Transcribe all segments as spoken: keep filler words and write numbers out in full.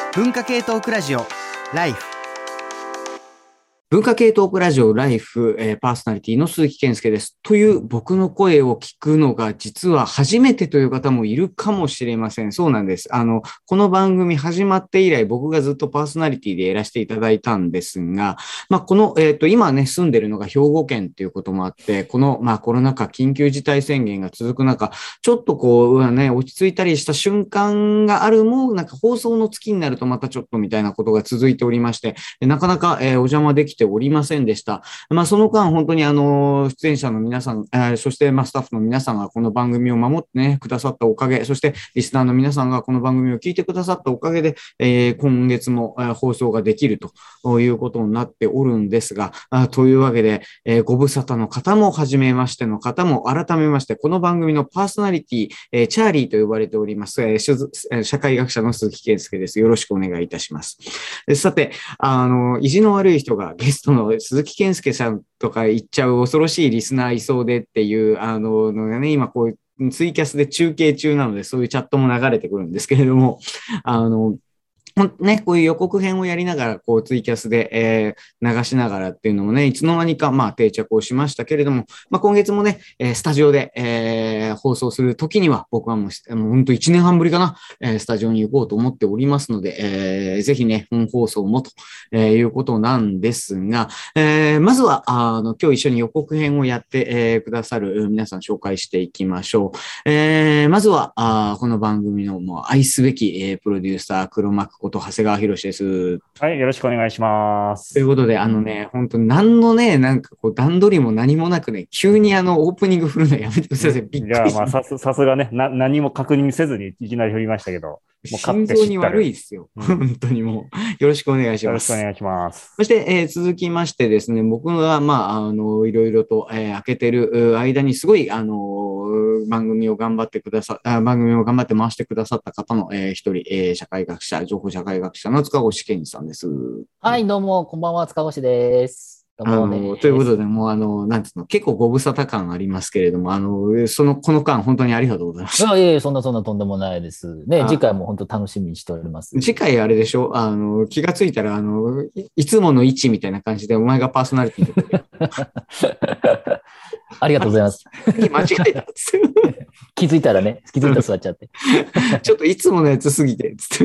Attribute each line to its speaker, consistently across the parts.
Speaker 1: 文化系トークラジオライフ。
Speaker 2: 文化系トークラジオライフ、えー、パーソナリティの鈴木健介です。という僕の声を聞くのが実は初めてという方もいるかもしれません。そうなんです。あの、この番組始まって以来僕がずっとパーソナリティでやらせていただいたんですが、まあ、この、えっと、今ね、住んでるのが兵庫県っていうこともあって、この、まあ、コロナ禍緊急事態宣言が続く中、ちょっとこう、ね、落ち着いたりした瞬間があるも、なんか放送の月になるとまたちょっとみたいなことが続いておりまして、なかなか、えー、お邪魔できておりませんでした。まあ、その間、本当にあの、出演者の皆さん、えー、そして、まあ、スタッフの皆さんがこの番組を守ってね、くださったおかげ、そして、リスナーの皆さんがこの番組を聞いてくださったおかげで、えー、今月も、えー、放送ができるということになっておるんですが、あというわけで、えー、ご無沙汰の方も、はじめましての方も、改めまして、この番組のパーソナリティ、えー、チャーリーと呼ばれております、えー、社会学者の鈴木健介です。よろしくお願いいたします。さて、あの、意地の悪い人がゲストの鈴木健介さんとか言っちゃう恐ろしいリスナーいそうでっていう、あの、のがね、今こう、ツイキャスで中継中なので、そういうチャットも流れてくるんですけれども、あの、ね、こういう予告編をやりながら、こう、ツイキャスで、えー、流しながらっていうのもね、いつの間にか、まあ、定着をしましたけれども、まあ、今月もね、えー、スタジオで、えー、放送するときには、僕はもう、もう本当いちねんはんぶりかな、えー、スタジオに行こうと思っておりますので、えー、ぜひね、本放送もと、えー、いうことなんですが、えー、まずは、あの、今日一緒に予告編をやって、えー、くださる皆さん紹介していきましょう。えー、まずは、あこの番組のもう愛すべき、えー、プロデューサー、黒幕こと長谷川博です。
Speaker 3: はい、よろしくお願いします。
Speaker 2: ということで、あのね、本当何のね、なんかこう段取りも何もなくね、急にあのオープニング振るのやめてください。びっくり。い
Speaker 3: や、まあさす、さすがねな、何も確認せずにいきなり振りましたけど、もう
Speaker 2: 心臓に悪いですよ。うん、本当にもう。よろしくお願いします。
Speaker 3: よろしくお願いします。
Speaker 2: そして、えー、続きましてですね、僕が、まあ、あの、いろいろと、えー、開けてる間にすごい、あの、番組を頑張ってくださ、あ番組を頑張って回してくださった方の、えー、一人、えー、社会学者、情報社会学者の塚越健二さんです。
Speaker 4: はい、どうも、こんばんは、塚越です。どうも
Speaker 2: あの、ということで、もう、あの、なんつうの、結構ご無沙汰感ありますけれども、あの、その、この間、本当にありがとうございました。
Speaker 4: いやいや、そんなそんなとんでもないです。ね、次回も本当楽しみにしております。
Speaker 2: 次回あれでしょ、あの、気がついたら、あの、い, いつもの位置みたいな感じで、お前がパーソナリティで。
Speaker 4: ありがとうございます。
Speaker 2: 間違えたっつって。
Speaker 4: 気づいたらね、気づいたら座っちゃって。
Speaker 2: ちょっといつものやつすぎて、つって。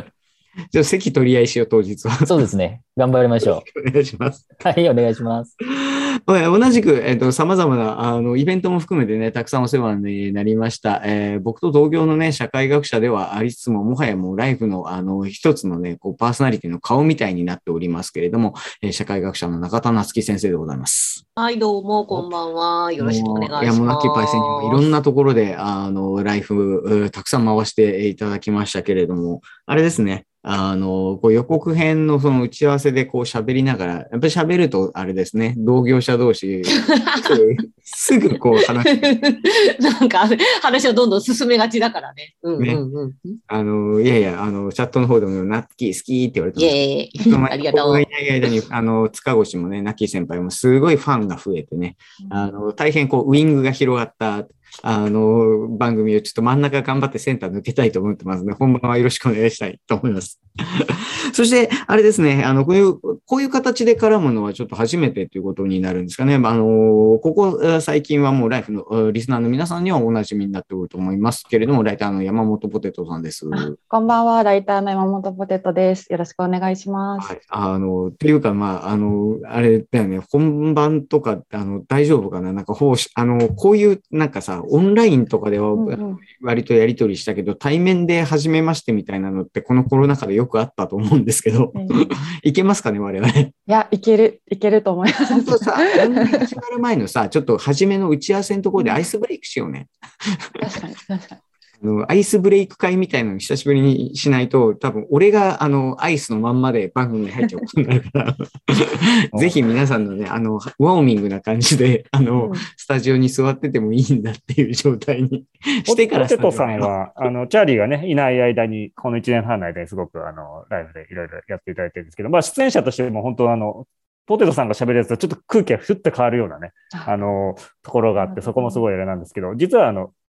Speaker 2: じゃあ席取り合いしよう、当日は。
Speaker 4: そうですね。頑張りましょ
Speaker 2: う。お願いします。
Speaker 4: はい、お願いします。
Speaker 2: 同じく、えっと、様々な、あの、イベントも含めてね、たくさんお世話になりました。えー、僕と同業のね、社会学者ではありつつも、もはやもうライフの、あの、一つのね、こう、パーソナリティの顔みたいになっておりますけれども、えー、社会学者の中田夏樹先生でございます。
Speaker 5: はい、どうも、こんばんは。よろしくお願いします。
Speaker 2: いや、もうナッキーパイセンにもいろんなところで、あの、ライフ、たくさん回していただきましたけれども、あれですね。あの、こう予告編のその打ち合わせでこう喋りながら、やっぱり喋るとあれですね、同業者同士、すぐこう話
Speaker 5: なんか話をどんどん進めがちだからね。うんうんうん。ね、
Speaker 2: あの、いやいや、あの、チャットの方でもナッキー好きって言われてます。
Speaker 5: イェーイ。ありがとう。
Speaker 2: 僕がいない間に、あの、塚越もね、ナッキー先輩もすごいファンが増えてね、あの、大変こう、ウィングが広がった、あの、番組をちょっと真ん中頑張ってセンター抜けたいと思ってますので、本番はよろしくお願いしたいと思います。そして、あれですね、あの、こういう、こういう形で絡むのはちょっと初めてということになるんですかね。あの、ここ最近はもうライフのリスナーの皆さんにはお馴染みになっておると思いますけれども、ライターの山本ポテトさんです。
Speaker 6: こんばんは、ライターの山本ポテトです。よろしくお願いします。
Speaker 2: はい。あの、っていうか、まあ、あの、あれだよね、本番とか、あの、大丈夫かななんか、ほうし、あの、こういう、なんかさ、オンラインとかでは割とやり取りしたけど、うんうん、対面で初めましてみたいなのって、このコロナ禍でよくあったと思うんですけど、うん、いけますかね、我々。い
Speaker 6: や、いける、いけると思います。
Speaker 2: 本当さ、始まる前のさ、ちょっと初めの打ち合わせのところでアイスブレイクしようね。
Speaker 6: 確かに、確かに。
Speaker 2: あのアイスブレイク会みたいなの久しぶりにしないと、多分俺があのアイスのまんまで番組に入っちゃうことになるから、ぜひ皆さんのね、あの、ウォーミングな感じで、あの、うん、スタジオに座っててもいいんだっていう状態にしてから
Speaker 3: スタジオ。ポテトさんは、あの、チャーリーがね、いない間に、このいちねんはんの間にすごく、あの、ライブでいろいろやっていただいてるんですけど、まあ、出演者としても本当あの、ポテトさんが喋るやつとちょっと空気がふって変わるようなね、あの、ところがあって、そこもすごいあれなんですけど、実はあの、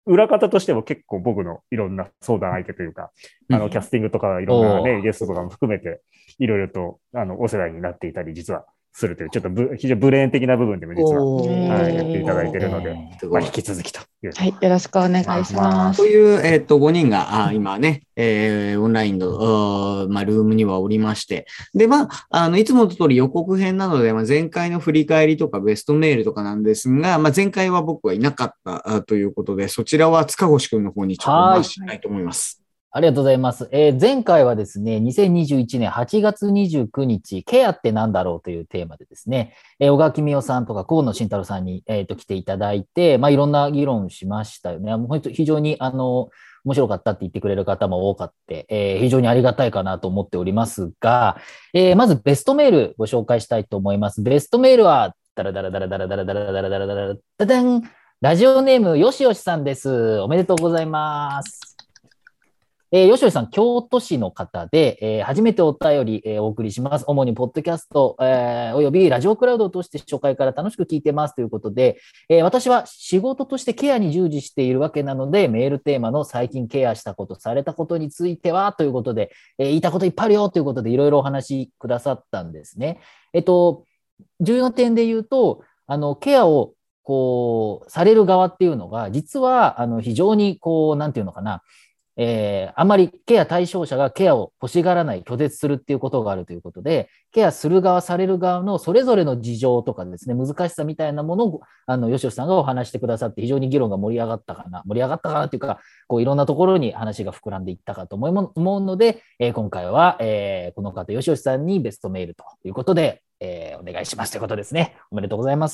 Speaker 3: 裏方としても結構僕のいろんな相談相手というか、あの、キャスティングとかいろんなね、ゲストとかも含めて、いろいろと、あの、お世話になっていたり、実はするという、ちょっとぶ非常にブレーン的な部分でも実は、はい、やっていただいているので、まあ、引き続きという。
Speaker 6: はい、よろしくお願いします。
Speaker 2: という、えっと、ごにんが、あ今ね、えー、オンラインの、まあ、ルームにはおりまして、で、まあ、あの、いつもの通り予告編なので、まあ、前回の振り返りとかベストメールとかなんですが、まあ、前回は僕はいなかったということで、そちらは塚越くんの方にちょっと回したいと思います。
Speaker 4: ありがとうございます。えー、前回はですね、にせんにじゅういちねんはちがつにじゅうくにち、ケアってなんだろうというテーマでですね、えー、小川公夫さんとか河野慎太郎さんに、えー、と来ていただいて、まあ、いろんな議論しましたよね。もう本当非常に、あの、面白かったって言ってくれる方も多かった、えー、非常にありがたいかなと思っておりますが、えー、まずベストメールご紹介したいと思います。ベストメールは、ダラダラダラダラダラダラダラダラダラダダン、ラジオネームよしよしさんです。おめでとうございます。えー、よしよしさん、京都市の方で、えー、初めてお便り、えー、お送りします。主にポッドキャスト、えー、およびラジオクラウドを通して初回から楽しく聞いてますということで、えー、私は仕事としてケアに従事しているわけなので、メールテーマの最近ケアしたこと、されたことについてはということで、えー、言いたこといっぱいあるよということで、いろいろお話しくださったんですね。えっと、重要な点で言うと、あの、ケアをこう、される側っていうのが、実は、あの、非常にこう、なんていうのかな、えー、あんまりケア対象者がケアを欲しがらない、拒絶するっていうことがあるということで、ケアする側、される側のそれぞれの事情とかですね、難しさみたいなものを、あの、吉吉さんがお話してくださって、非常に議論が盛り上がったかな、盛り上がったかなっていうか、こういろんなところに話が膨らんでいったかと思いも思うので、えー、今回は、えー、この方、吉吉さんにベストメールということで、えー、お願いしますということですね。おめでとうございます。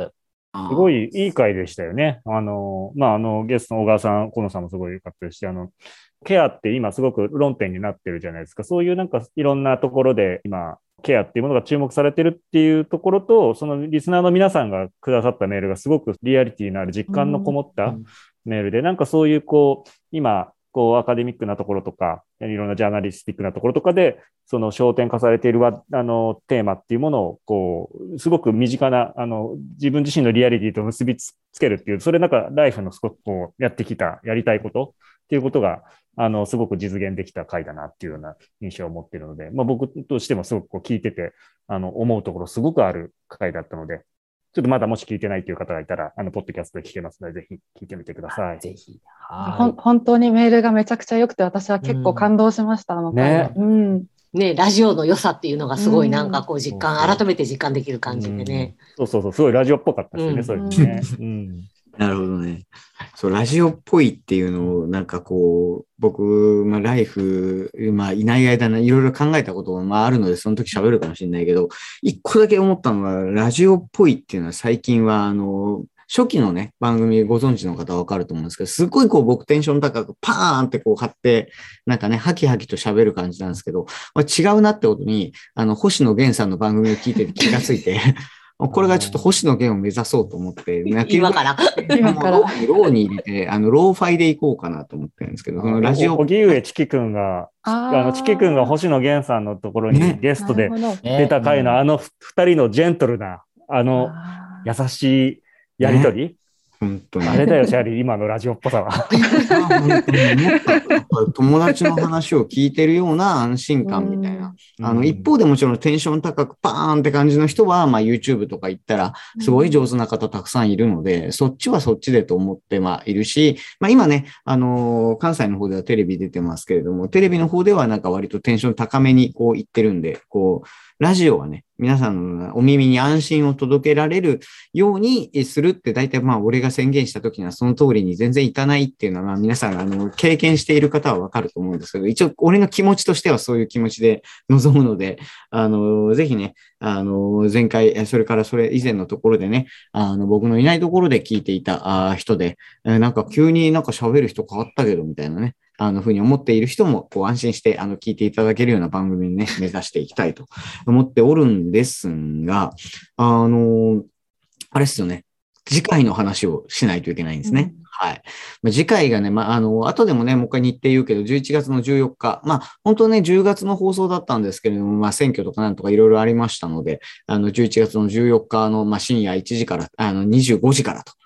Speaker 3: すごいいい回でしたよね。あの、まあ、あの、ゲストの小川さん、河野さんもすごい良かったですし、あの、ケアって今すごく論点になってるじゃないですか。そういうなんかいろんなところで今、ケアっていうものが注目されてるっていうところと、そのリスナーの皆さんがくださったメールがすごくリアリティのある実感のこもったメールで、なんかそういうこう、今、こうアカデミックなところとか、いろんなジャーナリスティックなところとかで、その焦点化されているあのテーマっていうものを、こう、すごく身近な、あの、自分自身のリアリティと結びつけるっていう、それなんかライフのすごくこう、やってきた、やりたいことっていうことが、あの、すごく実現できた回だなっていうような印象を持っているので、まあ僕としてもすごくこう聞いてて、あの、思うところすごくある回だったので、ちょっとまだもし聞いてないという方がいたら、あの、ポッドキャストで聞けますので、ぜひ聞いてみてください。
Speaker 4: ぜひ。
Speaker 6: ほん本当にメールがめちゃくちゃ良くて、私は結構感動しました。うん、あの回は。
Speaker 3: ね。
Speaker 6: うん
Speaker 5: ね、ラジオの良さっていうのがすごいなんかこう実感、改めて実感できる感じでね。
Speaker 3: そうそうそう、すごいラジオっぽかったですよね、
Speaker 5: うん、
Speaker 3: そういうのね。うん
Speaker 2: なるほどね。そう、ラジオっぽいっていうのを、なんかこう、僕、まあ、ライフ、まあ、いない間にいろいろ考えたことも、まあ、あるので、その時喋るかもしれないけど、一個だけ思ったのが、ラジオっぽいっていうのは最近は、あの、初期のね、番組ご存知の方はわかると思うんですけど、すっごいこう僕テンション高くパーンってこう張って、なんかね、ハキハキと喋る感じなんですけど、まあ、違うなってことに、あの、星野源さんの番組を聞いてて気がついて、これがちょっと星野源を目指そうと思って、
Speaker 5: 今から。
Speaker 6: 今から。
Speaker 2: ローに入れて、あの、ローファイでいこうかなと思ってるんですけど、そのラジオ。
Speaker 3: 荻上チキ君が、あの、チキ君が星野源さんのところにゲストで出た回のあの二人のジェントルな、あの、優しいやりとり。ね
Speaker 2: 本当に
Speaker 3: あれだよ、シャーリー、今のラジオっぽさは。
Speaker 2: 本当に思った友達の話を聞いてるような安心感みたいな。あの、一方でもちろんテンション高くパーンって感じの人は、まあ YouTube とか行ったら、すごい上手な方たくさんいるので、そっちはそっちでと思ってまあいるし、まあ今ね、あのー、関西の方ではテレビ出てますけれども、テレビの方ではなんか割とテンション高めにこう行ってるんで、こう、ラジオはね、皆さんのお耳に安心を届けられるようにするって大体まあ俺が宣言した時にはその通りに全然いかないっていうのはまあ皆さんあの経験している方はわかると思うんですけど、一応俺の気持ちとしてはそういう気持ちで臨むので、あの、ぜひね、あの、前回、それからそれ以前のところでね、あの、僕のいないところで聞いていた人で、なんか急になんか喋る人変わったけどみたいなね、あのふうに思っている人もこう安心してあの聞いていただけるような番組にね、目指していきたいと思っておるんですが、あの、あれですよね。次回の話をしないといけないんですね。うん、はい。まあ、次回がね、まあ、あの、後でもね、もう一回日程言うけど、じゅういちがつのじゅうよっか、まあ、本当ね、じゅうがつの放送だったんですけれども、まあ、選挙とかなんとかいろいろありましたので、あの、じゅういちがつのじゅうよっかの、まあ、深夜いちじから、あの、にじゅうごじからと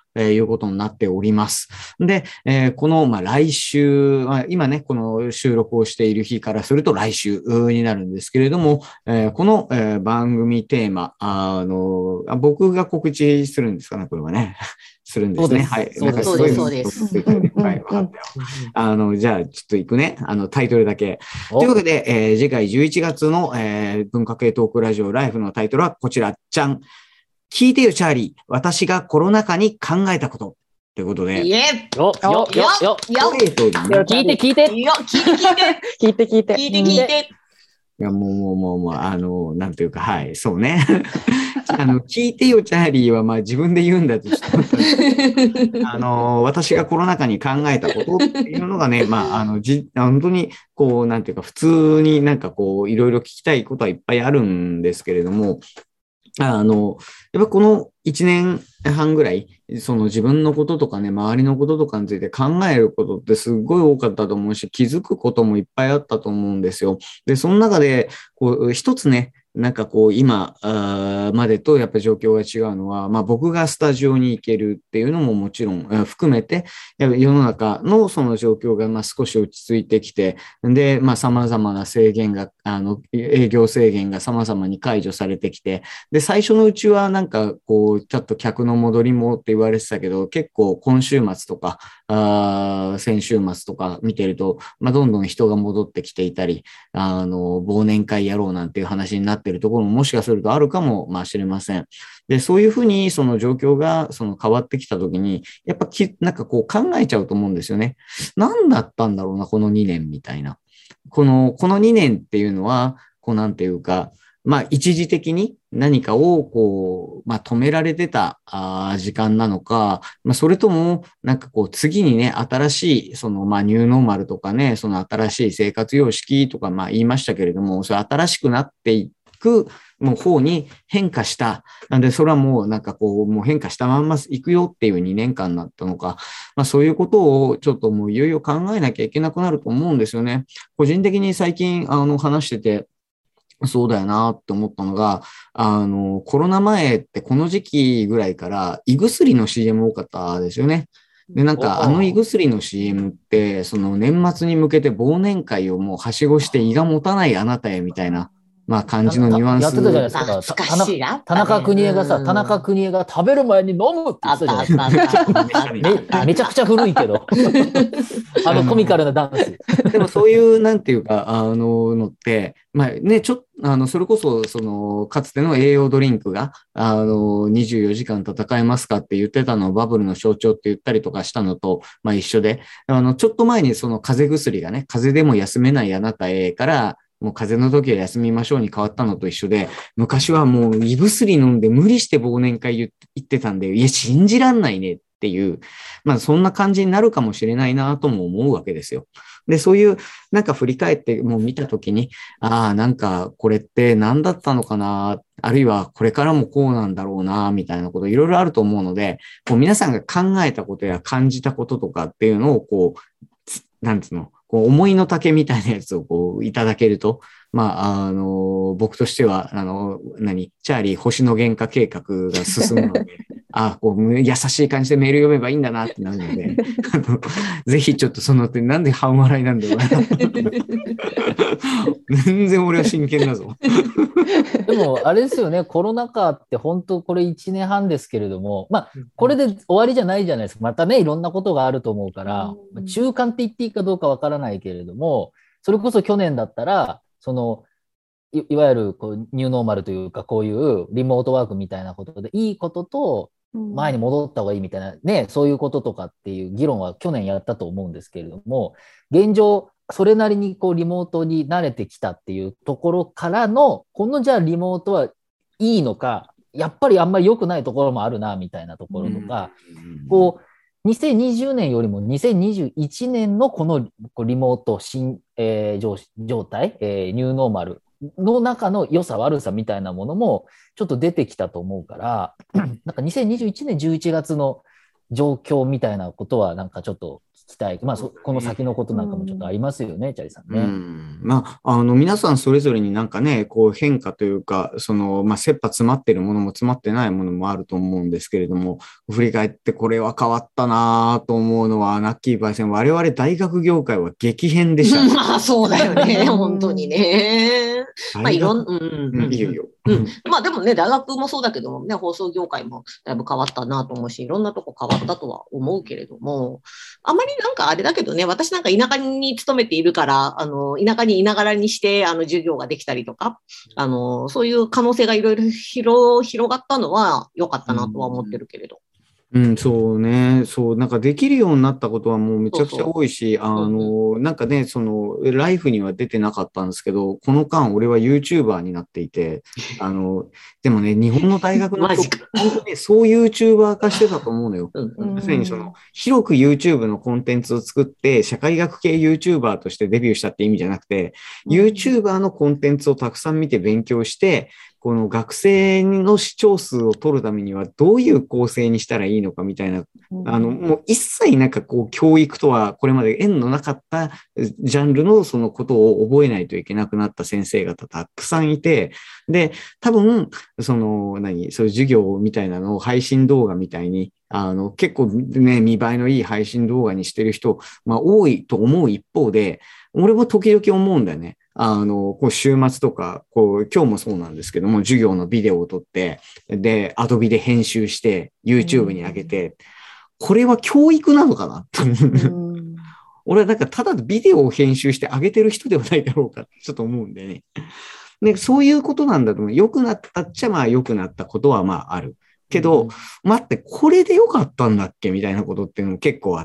Speaker 2: えーいうことになっております。で、えーこの、まあ、来週、まあ、今ね、この収録をしている日からすると来週になるんですけれども、えーこの、えー番組テーマ、あの、あ僕が告知するんですかね、これはね。するんですね。はい。
Speaker 4: そうです
Speaker 2: なんか
Speaker 5: そうです
Speaker 2: すごいはい、わかったよ。あの、じゃあ、ちょっと行くね。あの、タイトルだけ。というわけで、えー次回じゅういちがつの、えー文化系トークラジオライフのタイトルはこちら、じゃん。聞いてよ、チャーリー。私がコロナ禍に考えたこと。ということで。
Speaker 5: イエ
Speaker 4: よよよよ
Speaker 5: よ
Speaker 2: ストレートにね
Speaker 4: 聞いて聞いて
Speaker 5: いよ、聞いて聞いて、
Speaker 6: 聞いて聞いて。
Speaker 5: 聞いて聞いて。
Speaker 2: いや、もう、もう、もう、もう、あの、なんていうか、はい、そうね。あの、聞いてよ、チャーリーは、まあ、自分で言うんだとちょっと思ったんですけどあの、私がコロナ禍に考えたことっていうのがね、まあ、あの、じ、本当に、こう、なんていうか、普通になんかこう、いろいろ聞きたいことはいっぱいあるんですけれども、あの、やっぱこの一年半ぐらい、その自分のこととかね、周りのこととかについて考えることってすっごい多かったと思うし、気づくこともいっぱいあったと思うんですよ。で、その中で、こう、一つね、なんかこう、今あーまでとやっぱり状況が違うのは、まあ僕がスタジオに行けるっていうのももちろんあ含めて、やっぱ世の中のその状況がまあ少し落ち着いてきて、で、まあ様々な制限が、あの、営業制限が様々に解除されてきて、で、最初のうちはなんかこう、ちょっと客の戻りもって言われてたけど、結構今週末とか、あー先週末とか見てると、まあどんどん人が戻ってきていたり、あの、忘年会やろうなんていう話になっているところももしかするとあるかもまあ知れません。で、そういうふうにその状況がその変わってきたときに、やっぱき、なんかこう考えちゃうと思うんですよね。何だったんだろうな、このにねんみたいな。この、このにねんっていうのは、こうなんていうか、まあ一時的に何かをこう、まあ止められてたあ時間なのか、まあそれともなんかこう次にね、新しいそのまあニューノーマルとかね、その新しい生活様式とかまあ言いましたけれども、それ新しくなっていくもう方に変化した。なんでそれはもうなんかこう、もう変化したまんま行くよっていうにねんかんになったのか、まあそういうことをちょっともういよいよ考えなきゃいけなくなると思うんですよね。個人的に最近あの話してて、そうだよなって思ったのが、あの、コロナ前ってこの時期ぐらいから胃薬の シーエム 多かったですよね。で、なんかあの胃薬の シーエム って、その年末に向けて忘年会をもうはしごして胃が持たないあなたへみたいな、まあ感じのニュアンス。
Speaker 4: やってたじゃないですか。
Speaker 5: 懐かしいな。
Speaker 4: 田中邦衛がさ、田中邦衛が食べる前に飲むって言ってたじゃないですか。めめちゃくちゃ古いけど。あのコミカルなダンス。
Speaker 2: でもそういう、なんていうか、あの、のって、まあね、ちょっと、あの、それこそ、その、かつての栄養ドリンクが、あの、にじゅうよじかん戦えますかって言ってたのをバブルの象徴って言ったりとかしたのと、まあ一緒で、あの、ちょっと前にその風邪薬がね、風邪でも休めないあなたへから、もう風邪の時は休みましょうに変わったのと一緒で、昔はもう胃薬飲んで無理して忘年会言ってたんで、いや、信じらんないねっていう、まあそんな感じになるかもしれないなとも思うわけですよ。で、そういうなんか振り返ってもう見たときに、ああ、なんかこれって何だったのかな、あるいはこれからもこうなんだろうな、みたいなこといろいろあると思うので、こう皆さんが考えたことや感じたこととかっていうのをこう、なんつうの、こう思いの丈みたいなやつをこういただけると、まあ、あの、僕としては、あの、何、チャーリー星の原価計画が進むので、あこう、優しい感じでメール読めばいいんだなってなるので、あのぜひちょっとその点、なんで半笑いなんだよ。全然俺は真剣だぞ。
Speaker 4: でも、あれですよね、コロナ禍って本当これいちねんはんですけれども、まあ、これで終わりじゃないじゃないですか。またね、いろんなことがあると思うから、中間って言っていいかどうかわからないけれども、それこそ去年だったら、その、い, いわゆるこうニューノーマルというか、こういうリモートワークみたいなことで、いいことと、前に戻った方がいいみたいな、ね、そういうこととかっていう議論は去年やったと思うんですけれども、現状、それなりにこうリモートに慣れてきたっていうところからの、このじゃあリモートはいいのか、やっぱりあんまり良くないところもあるな、みたいなところとか、こう、にせんにじゅうねんよりもにせんにじゅういちねんのこのリモート新、えー、状, 状態、えー、ニューノーマルの中の良さ悪さみたいなものもちょっと出てきたと思うから、なんかにせんにじゅういちねんじゅういちがつの状況みたいなことはなんかちょっときたい。まあ、そこの先のことなんかもちょっとありますよね、チャリさん
Speaker 2: う
Speaker 4: ね。
Speaker 2: ん、まあ、あの、皆さんそれぞれになんかね、こう変化というか、その、まあ、切羽詰まってるものも詰まってないものもあると思うんですけれども、振り返ってこれは変わったなと思うのは、ナッキーパイセン、我々大学業界は激変でしたね。
Speaker 5: まあそうだよね、本当にね。まあい
Speaker 2: 大学、
Speaker 5: ろん、うん
Speaker 2: うん、いいよいいよ。
Speaker 5: うん、まあでもね、大学もそうだけどもね、放送業界もだいぶ変わったなと思うし、いろんなとこ変わったとは思うけれども、あまりなんかあれだけどね、私なんか田舎に勤めているから、あの、田舎にいながらにして、あの、授業ができたりとか、あの、そういう可能性がいろいろ広、広がったのは良かったなとは思ってるけれど。
Speaker 2: うん、そうね。そう、なんかできるようになったことはもうめちゃくちゃ多いし、あの、なんかね、その、ライフには出てなかったんですけど、この間俺は YouTuber になっていて、あの、でもね、日本の大学の人、
Speaker 5: マジか。
Speaker 2: 本当にそう YouTuber 化してたと思うのよ。
Speaker 5: うんうん
Speaker 2: 要するにその、広く YouTube のコンテンツを作って、社会学系 YouTuber としてデビューしたって意味じゃなくて、YouTuber のコンテンツをたくさん見て勉強して、この学生の視聴数を取るためにはどういう構成にしたらいいのかみたいな、あの、もう一切なんかこう教育とはこれまで縁のなかったジャンルのそのことを覚えないといけなくなった先生方たくさんいて、で、多分、その、何、そういう授業みたいなのを配信動画みたいに、あの、結構ね、見栄えのいい配信動画にしてる人、まあ多いと思う一方で、俺も時々思うんだよね。あの、こう週末とか、こう、今日もそうなんですけども、授業のビデオを撮って、で、アドビで編集して、YouTube に上げて、これは教育なのかなと思う。俺はなんかただビデオを編集して上げてる人ではないだろうかってちょっと思うんでね。で、そういうことなんだと思う。良くなったっちゃまあ良くなったことはまあある。けど、待って、これで良かったんだっけみたいなことっていうのも結構あって、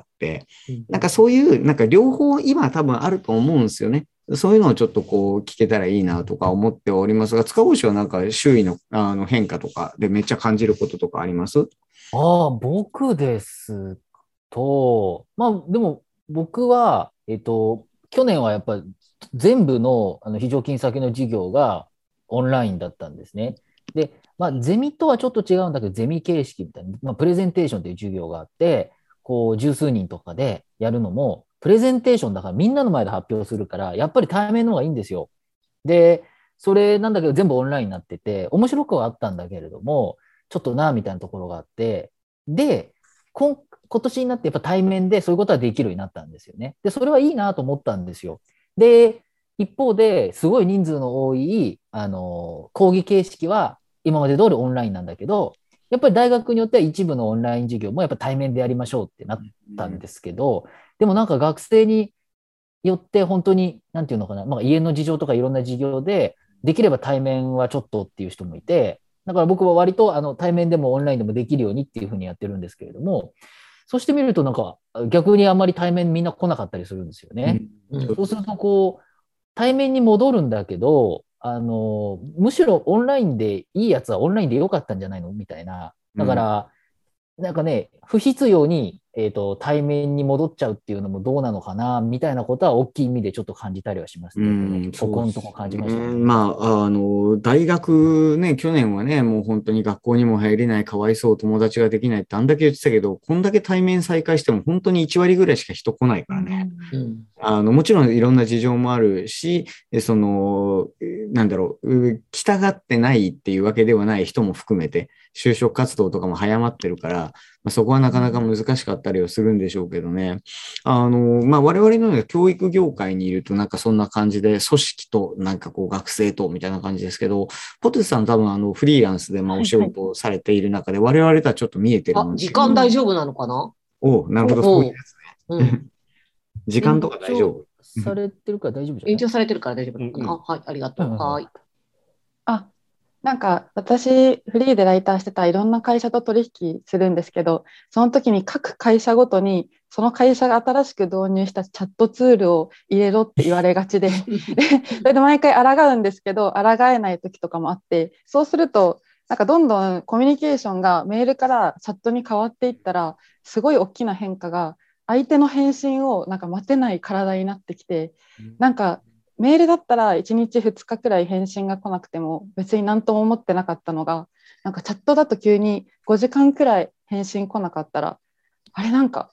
Speaker 2: なんかそういう、なんか両方今多分あると思うんですよね。そういうのをちょっとこう聞けたらいいなとか思っておりますが、塚越はなんか周囲のあの変化とかでめっちゃ感じることとかあります？
Speaker 4: ああ、僕ですと、まあ、でも僕は、えっと、去年はやっぱ全部の、あの非常勤先の授業がオンラインだったんですね。で、まあ、ゼミとはちょっと違うんだけど、ゼミ形式みたいな、まあ、プレゼンテーションという授業があって、こう、十数人とかでやるのも、プレゼンテーションだからみんなの前で発表するから、やっぱり対面の方がいいんですよ。で、それなんだけど全部オンラインになってて、面白くはあったんだけれども、ちょっとな、みたいなところがあって、で、今、今年になってやっぱ対面でそういうことはできるようになったんですよね。で、それはいいなと思ったんですよ。で、一方で、すごい人数の多い、あの、講義形式は今まで通りオンラインなんだけど、やっぱり大学によっては一部のオンライン授業もやっぱ対面でやりましょうってなったんですけど、でもなんか学生によって本当に、なんていうのかな、まあ、家の事情とかいろんな事業で、できれば対面はちょっとっていう人もいて、だから僕は割とあの対面でもオンラインでもできるようにっていうふうにやってるんですけれども、そうしてみるとなんか逆にあんまり対面みんな来なかったりするんですよね。
Speaker 5: うんうん
Speaker 4: そうするとこう、対面に戻るんだけど、あの、むしろオンラインでいいやつはオンラインで良かったんじゃないのみたいな。だから、なんかね、不必要に、えっと、対面に戻っちゃうっていうのもどうなのかな、みたいなことは大きい意味でちょっと感じたりはします
Speaker 2: う
Speaker 4: ね。
Speaker 2: ん、
Speaker 4: ここのとこ感じましたね。
Speaker 2: そうですね。まあ、あの、大学ね、去年はね、もう本当に学校にも入れない、かわいそう、友達ができないってあんだけ言ってたけど、こんだけ対面再開しても本当にいち割ぐらいしか人来ないからね。
Speaker 5: うん
Speaker 2: あの、もちろんいろんな事情もあるし、えその、えなんだろう、う来たがってないっていうわけではない人も含めて、就職活動とかも早まってるから、まあ、そこはなかなか難しかったりはするんでしょうけどね。あの、まあ、我々のような教育業界にいるとなんかそんな感じで、組織となんかこう学生とみたいな感じですけど、ポテトさん多分あのフリーランスでまあお仕事をされている中で、我々とはちょっと見えてる
Speaker 5: あ、
Speaker 2: もんで。
Speaker 5: 時間大丈夫なのかな？
Speaker 2: おなるほど、
Speaker 5: お
Speaker 2: そういうやつ
Speaker 5: う
Speaker 2: ね。
Speaker 5: ん。
Speaker 2: 時間とか大丈夫？
Speaker 4: されてるから大丈夫じゃない？
Speaker 5: 延長されてるから大丈夫なのかな？
Speaker 3: うん
Speaker 5: あ、はい、ありがとう。
Speaker 4: うんうん
Speaker 5: はい。
Speaker 6: あ、なんか私、フリーでライターしてたいろんな会社と取引するんですけど、その時に各会社ごとに、その会社が新しく導入したチャットツールを入れろって言われがちで、でそれで毎回抗うんですけど、抗えない時とかもあって、そうすると、なんかどんどんコミュニケーションがメールからチャットに変わっていったら、すごい大きな変化が、相手の返信をなんか待てない体になってきて、なんかメールだったらいちにちふつかくらい返信が来なくても別に何とも思ってなかったのが、なんかチャットだと急にごじかんくらい返信来なかったら、あれなんか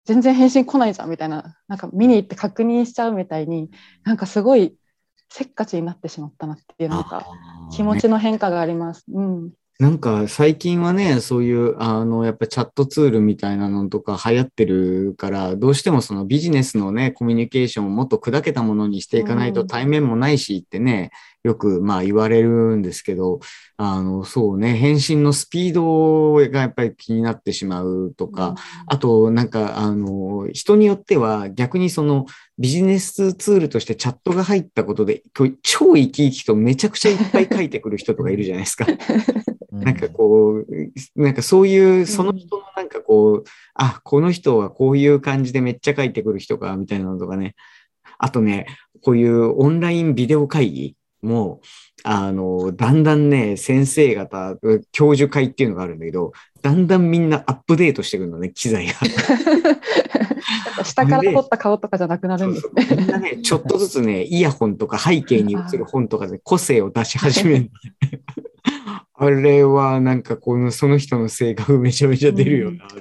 Speaker 6: 全然返信来ないじゃんみたいな、なんか見に行って確認しちゃうみたいに、なんかすごいせっかちになってしまったなっていう、なんか気持ちの変化があります。うん。
Speaker 2: なんか最近はね、そういう、あの、やっぱチャットツールみたいなのとか流行ってるから、どうしてもそのビジネスのね、コミュニケーションをもっと砕けたものにしていかないと対面もないしってね、よくまあ言われるんですけど、あの、そうね、返信のスピードがやっぱり気になってしまうとか、あとなんか、あの、人によっては逆にそのビジネスツールとしてチャットが入ったことで、超生き生きとめちゃくちゃいっぱい書いてくる人とかいるじゃないですか。なんかこう、なんかそういう、その人のなんかこう、あ、この人はこういう感じでめっちゃ書いてくる人か、みたいなのとかね。あとね、こういうオンラインビデオ会議も、あの、だんだんね、先生方、教授会っていうのがあるんだけど、だんだんみんなアップデートしてくるのね、機材が。
Speaker 6: 下から撮った顔とかじゃなくなるんですね。
Speaker 2: そうそうみんなね、ちょっとずつね、イヤホンとか背景に映る本とかで個性を出し始める。あれはなんかこの、その人の性格めちゃめちゃ出るよなって。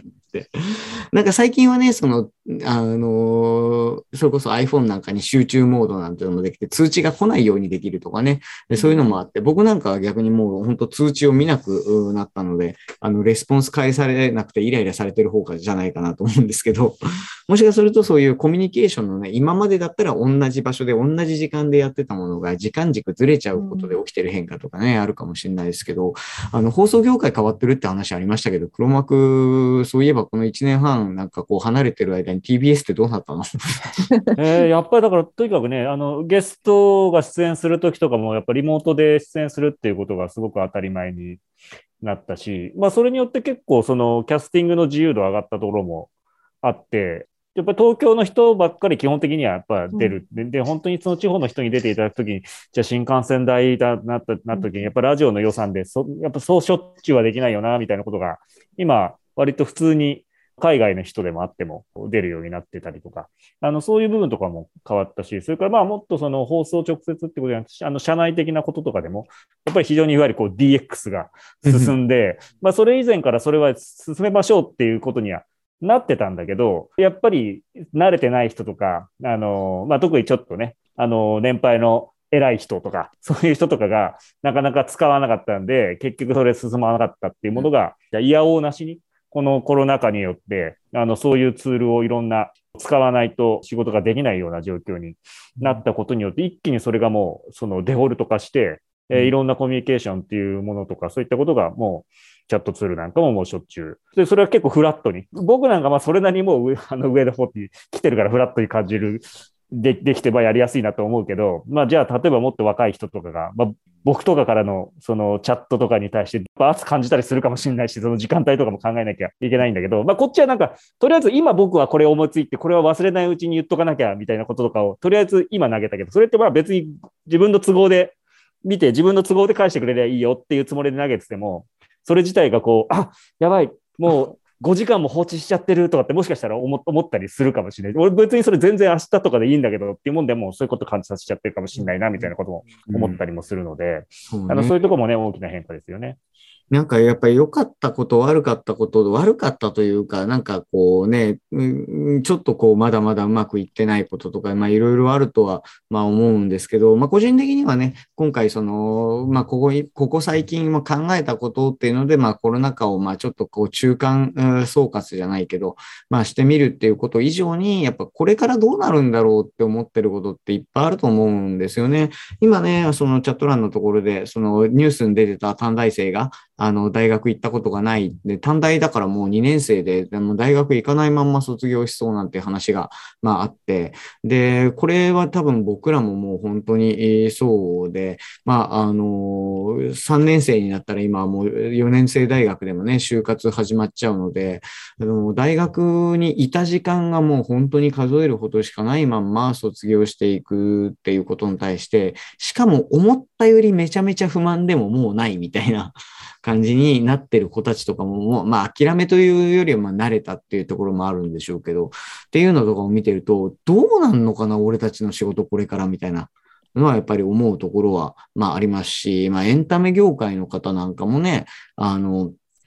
Speaker 2: なんか最近はね、その、あの、それこそ iPhone なんかに集中モードなんていうのもできて、通知が来ないようにできるとかね、でそういうのもあって、僕なんかは逆にもう本当通知を見なくなったので、あの、レスポンス返されなくてイライラされてる方がじゃないかなと思うんですけど、もしかするとそういうコミュニケーションのね、今までだったら同じ場所で同じ時間でやってたものが時間軸ずれちゃうことで起きてる変化とかね、あるかもしれないですけど、あの、放送業界変わってるって話ありましたけど、黒幕、そういえばこのいちねんはんなんかこう離れてる間に ティービーエス ってどうなったの？
Speaker 3: えー、やっぱりだから、とにかくね、あの、ゲストが出演するときとかも、やっぱりリモートで出演するっていうことがすごく当たり前になったし、まあ、それによって結構、その、キャスティングの自由度上がったところもあって、やっぱり東京の人ばっかり基本的にはやっぱ出る。うん、で、で本当にその地方の人に出ていただくときに、じゃあ新幹線代だなった、なったときに、やっぱラジオの予算で、そ、やっぱそうしょっちゅうはできないよな、みたいなことが、今、割と普通に海外の人でもあっても出るようになってたりとか、あの、そういう部分とかも変わったし、それからまあもっとその放送直接ってことじゃなくて、あの、社内的なこととかでも、やっぱり非常にいわゆるこう ディーエックス が進んで、まあそれ以前からそれは進めましょうっていうことにはなってたんだけど、やっぱり慣れてない人とか、あの、まあ特にちょっとね、あの、年配の偉い人とか、そういう人とかがなかなか使わなかったんで、結局それ進まなかったっていうものが、いやおうなしに、このコロナ禍によって、あの、そういうツールをいろんな使わないと仕事ができないような状況になったことによって、一気にそれがもう、そのデフォルト化して、えー、いろんなコミュニケーションっていうものとか、そういったことがもう、チャットツールなんかももうしょっちゅう。で、それは結構フラットに。僕なんかまあそれなりにもう上、あの上の方に来てるからフラットに感じる。で、できてばやりやすいなと思うけど、まあじゃあ例えばもっと若い人とかが、まあ僕とかからのそのチャットとかに対して圧感じたりするかもしれないし、その時間帯とかも考えなきゃいけないんだけど、まあこっちはなんか、とりあえず今僕はこれ思いついて、これは忘れないうちに言っとかなきゃみたいなこととかを、とりあえず今投げたけど、それってまあ別に自分の都合で見て、自分の都合で返してくれればいいよっていうつもりで投げてても、それ自体がこう、あ、やばい、もうごじかんも放置しちゃってるとかってもしかしたら思思ったりするかもしれない。俺別にそれ全然明日とかでいいんだけどっていうもんでもそういうこと感じさせちゃってるかもしれないなみたいなことも思ったりもするので、うん、あのそういうところもね、大きな変化ですよね。
Speaker 2: なんかやっぱり良かったこと、悪かったこと、悪かったというか、なんかこうね、ちょっとこうまだまだうまくいってないこととか、まあいろいろあるとはまあ思うんですけど、まあ個人的にはね、今回その、まあここ、ここ最近も考えたことっていうので、まあコロナ禍をまあちょっとこう中間総括じゃないけど、まあしてみるっていうこと以上に、やっぱこれからどうなるんだろうって思ってることっていっぱいあると思うんですよね。今ね、そのチャット欄のところで、そのニュースに出てた短大生が、あの、大学行ったことがない。で、短大だからもうにねん生で、でも大学行かないまんま卒業しそうなんて話が、まああって、で、これは多分僕らももう本当にそうで、まあ、あの、さんねん生になったら今はもうよねん生大学でもね、就活始まっちゃうので、でも大学にいた時間がもう本当に数えるほどしかないまんま卒業していくっていうことに対して、しかも思ったよりめちゃめちゃ不満でももうないみたいな感じになってる子たちとかも、もうまあ諦めというよりはまあ慣れたっていうところもあるんでしょうけど、っていうのとかを見てると、どうなんのかな、俺たちの仕事これからみたいなのはやっぱり思うところはまあありますし、まあエンタメ業界の方なんかもね、あの、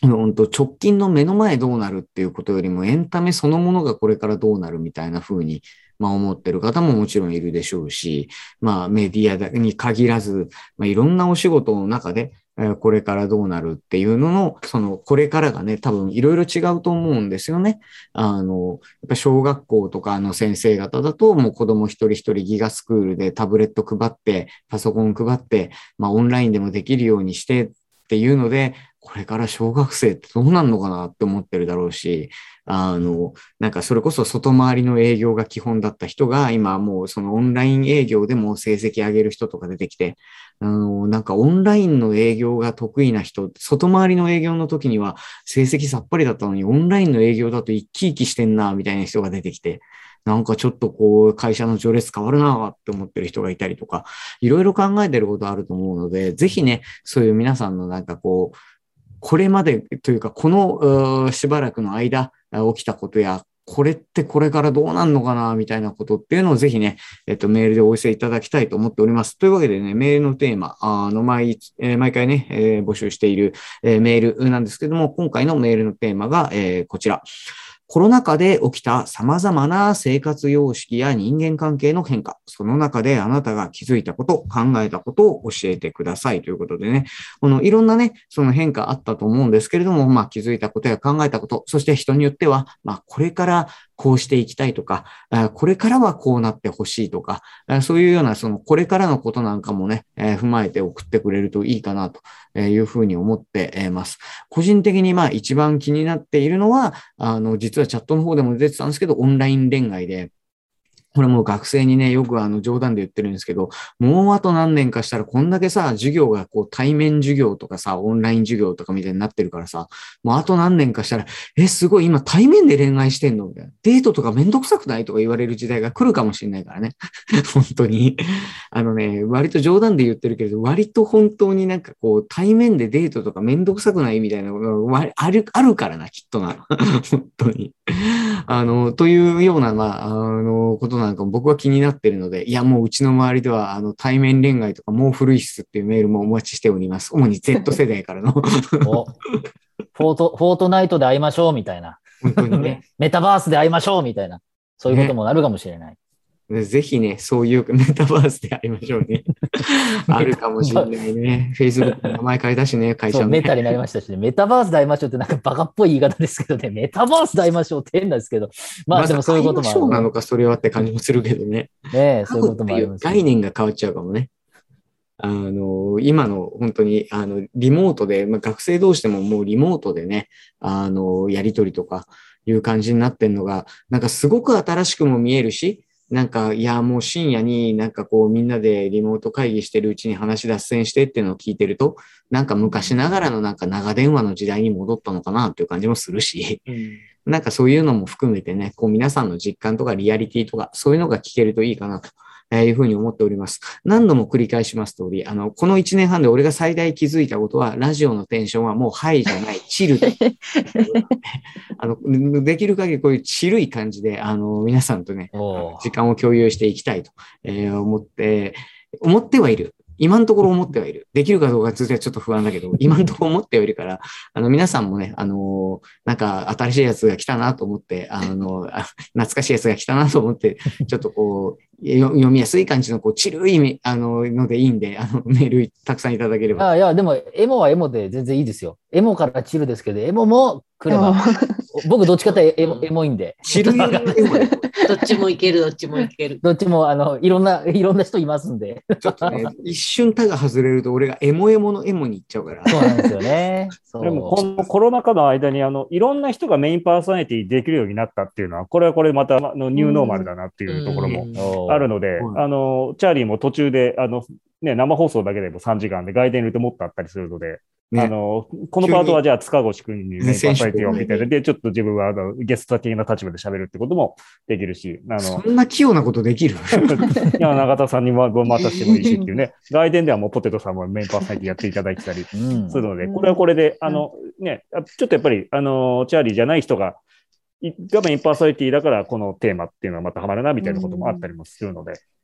Speaker 2: 本当直近の目の前どうなるっていうことよりもエンタメそのものがこれからどうなるみたいな風に、まあ、思ってる方ももちろんいるでしょうし、まあメディアに限らず、まあ、いろんなお仕事の中でこれからどうなるっていうのの、そのこれからがね、多分いろいろ違うと思うんですよね。あの、やっぱ小学校とかの先生方だともう子供一人一人ギガスクールでタブレット配って、パソコン配って、まあオンラインでもできるようにしてっていうので、これから小学生ってどうなるのかなって思ってるだろうし、あの、なんかそれこそ外回りの営業が基本だった人が、今もうそのオンライン営業でも成績上げる人とか出てきて、あの、なんかオンラインの営業が得意な人、外回りの営業の時には成績さっぱりだったのに、オンラインの営業だと生き生きしてんな、みたいな人が出てきて、なんかちょっとこう会社の序列変わるなって思ってる人がいたりとか、いろいろ考えてることあると思うので、ぜひね、そういう皆さんのなんかこう、これまでというか、このしばらくの間起きたことや、これってこれからどうなんのかな、みたいなことっていうのをぜひね、えっと、メールでお寄せいただきたいと思っております。というわけでね、メールのテーマ、あの、毎、えー、毎回ね、えー、募集している、えー、メールなんですけども、今回のメールのテーマが、えー、こちら。コロナ禍で起きた様々な生活様式や人間関係の変化、その中であなたが気づいたこと、考えたことを教えてくださいということでね、このいろんなね、その変化あったと思うんですけれども、まあ気づいたことや考えたこと、そして人によっては、まあこれからこうしていきたいとか、これからはこうなってほしいとか、そういうようなそのこれからのことなんかもね、踏まえて送ってくれるといいかなというふうに思っています。個人的にまあ一番気になっているのは、あの、実はチャットの方でも出てたんですけど、オンライン恋愛で、これもう学生にね、よくあの冗談で言ってるんですけど、もうあと何年かしたらこんだけさ、授業がこう対面授業とかさ、オンライン授業とかみたいになってるからさ、もうあと何年かしたら、え、すごい今対面で恋愛してんのみたいな。デートとかめんどくさくないとか言われる時代が来るかもしれないからね。本当に。あのね、割と冗談で言ってるけど、割と本当になんかこう対面でデートとかめんどくさくないみたいなのがある、あるからな、きっとな。本当に。あの、というような、まあ、あの、ことなんかも僕は気になっているので、いや、もううちの周りでは、あの、対面恋愛とかもう古いっすっていうメールもお待ちしております。主に Z 世代からの。
Speaker 4: おフォート、フォートナイトで会いましょうみたいな。
Speaker 2: 本当にね。
Speaker 4: メタバースで会いましょうみたいな。そういうこともなるかもしれない。
Speaker 2: ね、ぜひね、そういうメタバースで会いましょうね。あるかもしれないね。Facebook の名前変えたしね、会社の、ね。
Speaker 4: メタになりましたしね。メタバースで会いましょうってなんかバカっぽい言い方ですけどね。メタバースで会いましょうって変なんですけど。まあでもそういうこともある、ね。
Speaker 2: そうなのか、それはって感じもするけどね。
Speaker 4: ねえ、そういうこともあります、
Speaker 2: ね。概念が変わっちゃうかもね。あの、今の本当に、あの、リモートで、まあ、学生同士でももうリモートでね、あの、やりとりとかいう感じになってんのが、なんかすごく新しくも見えるし、なんか、いや、もう深夜になんかこうみんなでリモート会議してるうちに話脱線してっていうのを聞いてると、なんか昔ながらのなんか長電話の時代に戻ったのかなっていう感じもするし、うん、なんかそういうのも含めてね、こう皆さんの実感とかリアリティとか、そういうのが聞けるといいかなと。えー、いうふうに思っております。何度も繰り返します通り、あの、この一年半で俺が最大気づいたことは、ラジオのテンションはもうハイじゃない、チル。あの、できる限りこういうチルい感じで、あの、皆さんとね、時間を共有していきたいと、えー、思って、思ってはいる。今のところ思ってはいる。できるかどうかずっとちょっと不安だけど、今のところ思ってはいるから、あの、皆さんもね、あの、なんか新しいやつが来たなと思って、あの、懐かしいやつが来たなと思って、ちょっとこう、読みやすい感じの、こう、チルい、あの、のでいいんで、あの、メールたくさんいただければ。
Speaker 4: あいや、でも、エモはエモで全然いいですよ。エモからチルですけど、エモも来れば、僕どっちかというとエモ、エモいんで。
Speaker 2: チルよりエモで。
Speaker 5: どっちもいける、どっちもいける。
Speaker 4: どっちも、あの、いろんな、いろんな人いますんで。
Speaker 2: ちょっとね、一瞬他が外れると、俺がエモエモのエモに行っちゃうから。
Speaker 4: そうなんですよね。そう
Speaker 3: でも、このコロナ禍の間に、あの、いろんな人がメインパーソナリティできるようになったっていうのは、これはこれまたあのニューノーマルだなっていうところもあるので、あの、チャーリーも途中で、あの、ね、生放送だけでもさんじかんで外伝入れてもっとあったりするので、ね、あの、このパートはじゃあ塚越くんにメインパーソナリティをみたいなで、ちょっと自分はあのゲスト的な立場で喋るってこともできるし、あの、
Speaker 2: そんな器用なことできる
Speaker 3: いや、永田さんにもごまたしてもいいしっていうね、外伝ではもうポテトさんもメインパーソナリティやっていただいてたりするので、これはこれで、あの、ね、ちょっとやっぱり、あの、チャーリーじゃない人が、がメインパーソナリティだからこのテーマっていうのはまたハマるなみたいなこともあったりもするので、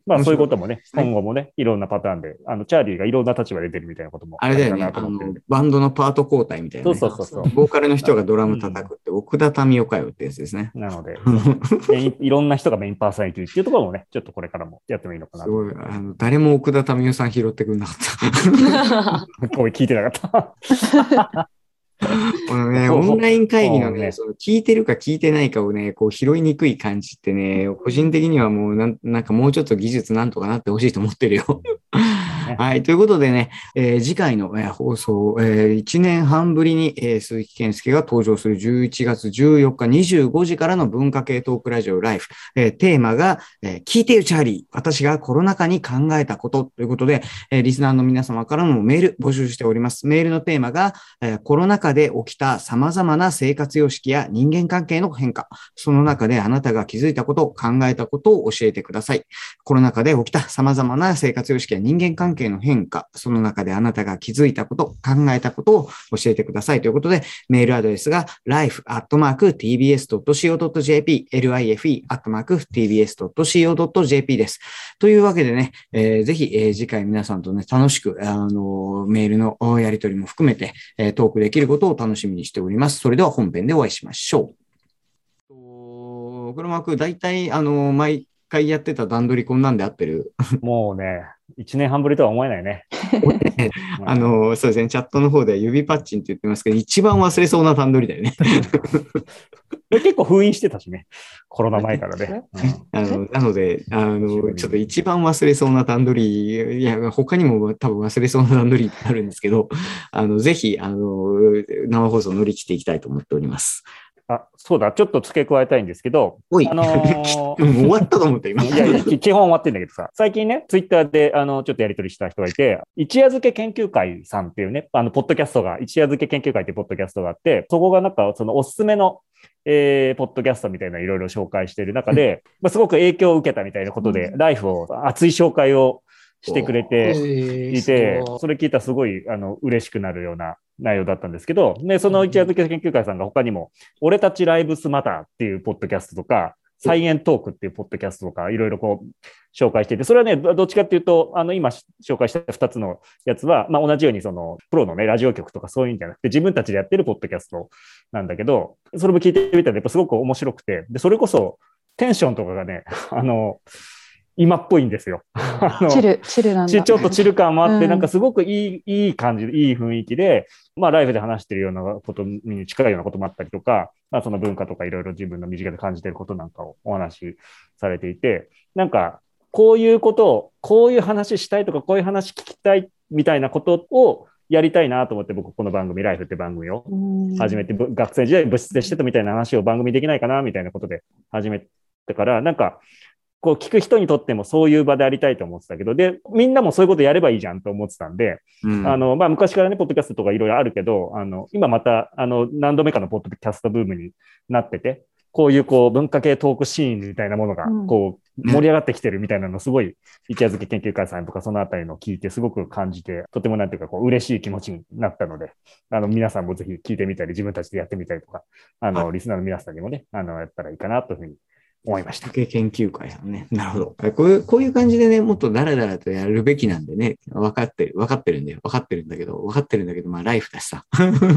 Speaker 3: まあそういうこともね、今後もね、いろんなパターンで、あの、チャーリーがいろんな立場で出るみたいなことも
Speaker 2: あれだよね、
Speaker 3: か
Speaker 2: あの
Speaker 3: なと思ってる、
Speaker 2: バンドのパート交代みたいな、ね。
Speaker 3: そうそうそうそう。
Speaker 2: ボーカルの人がドラム叩くって、奥田民生かよってやつですね。
Speaker 3: なので、メインいろんな人がメインパーソナリティっていうところもね、ちょっとこれからもやってもいいのかなと。
Speaker 2: すごい、あの、誰も奥田民生さん拾ってくんなかった。
Speaker 3: これ聞いてなかった。
Speaker 2: このね、オンライン会議のね、その聞いてるか聞いてないかをね、こう拾いにくい感じってね、個人的にはもうなん、なんかもうちょっと技術なんとかなってほしいと思ってるよ。はい。ということでね、えー次回の、えー放送、えーいちねんはんぶりに、えー鈴木健介が登場するじゅういちがつじゅうよっかにじゅうごじからの文化系トークラジオライフ、えーテーマが、えー聞いてよチャーリー、私がコロナ禍に考えたことということで、えーリスナーの皆様からのメール募集しております。メールのテーマが、えーコロナ禍で起きた様々な生活様式や人間関係の変化、その中であなたが気づいたこと、考えたことを教えてください。コロナ禍で起きた様々な生活様式や人間関係の変化、その中であなたが気づいたこと、考えたことを教えてくださいということで、メールアドレスが ライフ アットマーク ティービーエス ドット シーオー ドット ジェーピー、ライフ アットマーク ティービーエス ドット シーオー ドット ジェーピー です。というわけでね、えーぜひ、えー次回皆さんとね、楽しく、あのーメールのやり取りも含めて、えートークできることを楽しみにしております。それでは本編でお会いしましょう。と黒幕、大体、あのー毎回やってた段取りこんなんで合ってる？
Speaker 3: もうね、いちねんはんぶりとは思えないね。
Speaker 2: あのーそうですね、チャットの方では指パッチンって言ってますけど、一番忘れそうな段取りだよね。
Speaker 3: 結構封印してたしね、コロナ前からね。
Speaker 2: あのなのであの、ちょっと一番忘れそうな段取り、いや、他にも多分忘れそうな段取りあるんですけど、あのぜひあの生放送乗り切っていきたいと思っております。
Speaker 3: あ、そうだ、ちょっと付け加えたいんですけど、
Speaker 2: おい、
Speaker 3: あのー、
Speaker 2: 終わったと思った、今。
Speaker 3: いやいや、基本終わってんだけどさ、最近ね、ツイッターで、あの、ちょっとやり取りした人がいて、一夜漬け研究会さんっていうね、あの、ポッドキャストが、一夜漬け研究会っていうポッドキャストがあって、そこがなんか、そのおすすめの、えー、ポッドキャストみたいなのいろいろ紹介している中で、まあ、すごく影響を受けたみたいなことで、ライフを熱い紹介をしてくれていて、それ聞いたらすごい、あの、嬉しくなるような内容だったんですけど、で、その一夜漬け研究会さんが他にも、俺たちライブスマターっていうポッドキャストとか、サイエントークっていうポッドキャストとか、いろいろこう、紹介していて、それはね、どっちかっていうと、あの、今紹介したふたつのやつは、まあ同じようにその、プロのね、ラジオ局とかそういうんじゃなくて、自分たちでやってるポッドキャストなんだけど、それも聞いてみたらやっぱすごく面白くて、で、それこそ、テンションとかがね、あの、今っぽいんですよ。あの
Speaker 6: チル、チルなんだ。
Speaker 3: ちちょっとチル感もあって、
Speaker 6: うん
Speaker 3: なんかすごくいい、いい感じで、いい雰囲気で、まあライブで話してるようなことに近いようなこともあったりとか、まあその文化とかいろいろ自分の身近で感じていることなんかをお話しされていて、なんかこういうことを、こういう話したいとか、こういう話聞きたいみたいなことをやりたいなと思って、僕この番組、ライフって番組を始めて、ぶ学生時代部室でしてたみたいな話を番組できないかなみたいなことで始めてから、なんか、こう聞く人にとってもそういう場でありたいと思ってたけど、で、みんなもそういうことやればいいじゃんと思ってたんで、
Speaker 2: うん、
Speaker 3: あの、まあ、昔からね、ポッドキャストとかいろいろあるけど、あの、今また、あの、何度目かのポッドキャストブームになってて、こういうこう文化系トークシーンみたいなものが、こう、盛り上がってきてるみたいなのすごい、一夜漬け研究会さんとかそのあたりの聞いてすごく感じて、とてもなんていうかこう嬉しい気持ちになったので、あの皆さんもぜひ聞いてみたり、自分たちでやってみたりとか、あの、リスナーの皆さんにもね、あの、やったらいいかなというふうに思いました。
Speaker 2: 研究会さんね。なるほど。こういう、こういう感じでね、もっとダラダラとやるべきなんでね、分かってる、分かってるんだよ。分かってるんだけど、分かってるんだけど、まあライフだしさ。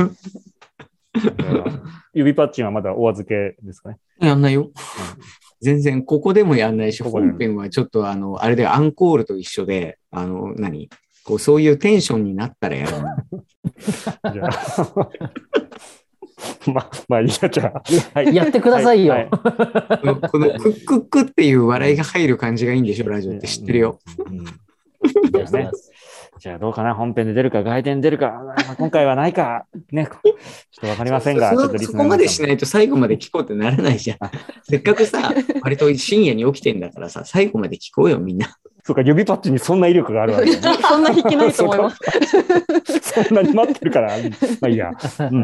Speaker 3: 指パッチンはまだお預けですかね。
Speaker 2: やんないよ。全然、ここでもやんないし、本編はちょっとあの、あれでアンコールと一緒で、あの、何こう、そういうテンションになったらやるの。
Speaker 3: じゃあ。まあ、まあいいや、じゃあ。
Speaker 4: はい、やってくださいよ。はい
Speaker 2: はい、この、このクックックっていう笑いが入る感じがいいんでしょ、ラジオって知ってるよ。うんうん
Speaker 3: ね、じゃあどうかな、本編で出るか、外伝出るか、まあ、今回はないか、ね、ちょっとわかりませんが、
Speaker 2: そ,
Speaker 3: ちょっとリスナーの皆さんも
Speaker 2: そこまでしないと最後まで聞こうってならないじゃん。せっかくさ、割と深夜に起きてんだからさ、最後まで聞こうよ、みんな。
Speaker 3: そうか、指パッチにそんな威力があるわけね。
Speaker 6: そんな引きないと思います。
Speaker 3: そんなに待ってるから、まあいいや。うん。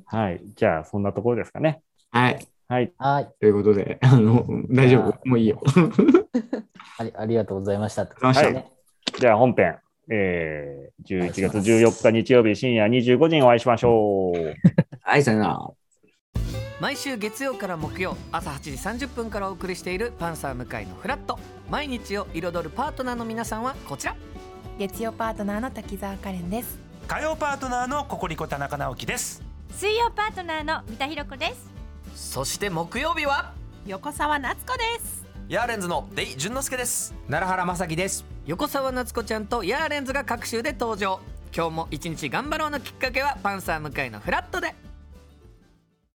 Speaker 3: はい。じゃあ、そんなところですかね。
Speaker 2: はい。
Speaker 3: はい。
Speaker 4: はい。
Speaker 2: ということで、あの、大丈夫。もういいよ。
Speaker 4: あり、ありがとうございました。
Speaker 2: はい。
Speaker 3: じゃあ、本編。えー、じゅういちがつじゅうよっか日曜日深夜にじゅうごじにお会いしましょう。
Speaker 2: はい、さよなら。
Speaker 7: 毎週月曜から木曜朝はちじさんじゅっぷんからお送りしているパンサー向井のフラット。毎日を彩るパートナーの皆さんはこちら。
Speaker 8: 月曜パートナーの滝沢カレンです。
Speaker 9: 火曜パートナーのココリコ田中直樹です。
Speaker 10: 水曜パートナーの三田寛子です。
Speaker 7: そして木曜日は
Speaker 10: 横澤夏子です。
Speaker 11: ヤーレンズのデイ淳之介です。
Speaker 1: 奈良原正樹です。
Speaker 7: 横澤夏子ちゃんとヤーレンズが各週で登場。今日も一日頑張ろうのきっかけはパンサー向井のフラットで。